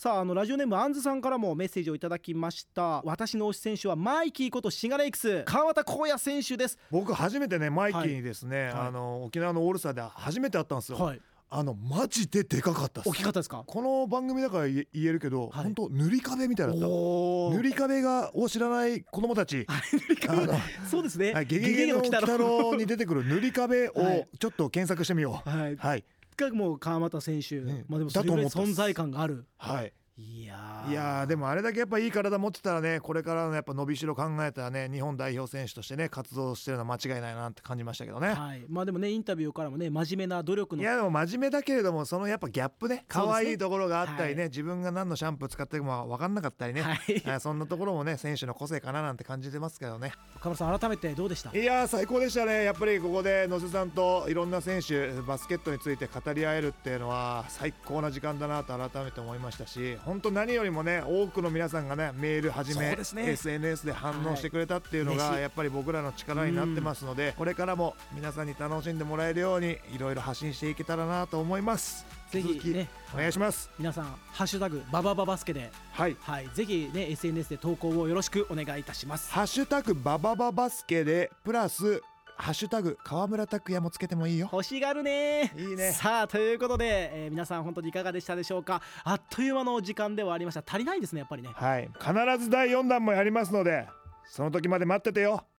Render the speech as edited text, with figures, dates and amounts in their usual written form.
さあ、ラジオネームあんずさんからもメッセージをいただきました。私の推し選手はマイキーことシガレイクス川端光也選手です。 僕初めてねマイキーにですね、沖縄のオールスターで初めて会ったんですよ。マジででかかったです。 大きかったですか？ この番組だから言えるけど、本当塗り壁みたいだった。塗り壁を知らない子供たち、 そうですね、 ゲゲゲの鬼太郎に出てくる塗り壁をちょっと検索してみよう。 もう川又選手、でもそれぐらい存在感がある。いやでもあれだけやっぱいい体持ってたらね、これからのやっぱ伸びしろ考えたらね、日本代表選手としてね活動してるのは間違いないなって感じましたけどね。 でもね、インタビューからもね、真面目な努力の、 いやでも真面目だけれども、そのやっぱギャップね、可愛いところがあったりね、自分が何のシャンプー使ってるかも分かんなかったりね、そんなところもね選手の個性かななんて感じてますけどね。 岡村さん、改めてどうでした？ いや最高でしたね。やっぱりここで野瀬さんといろんな選手バスケットについて語り合えるっていうのは最高な時間だなと改めて思いましたし、本当何よりもね、多くの皆さんがねメールはじめ、SNS で反応してくれたっていうのがやっぱり僕らの力になってますので、これからも皆さんに楽しんでもらえるようにいろいろ発信していけたらなと思います。ぜひね、お願いします。 皆さんハッシュタグババババスケで、ぜひね SNS で投稿をよろしくお願いいたします。 ハッシュタグババババスケでプラスハッシュタグ川村拓也もつけてもいいよ。 欲しがるね。 いいね。 さあということで、皆さん本当にいかがでしたでしょうか。あっという間の時間ではありました。足りないですね、やっぱりね。 必ず第4弾もやりますので、その時まで待っててよ。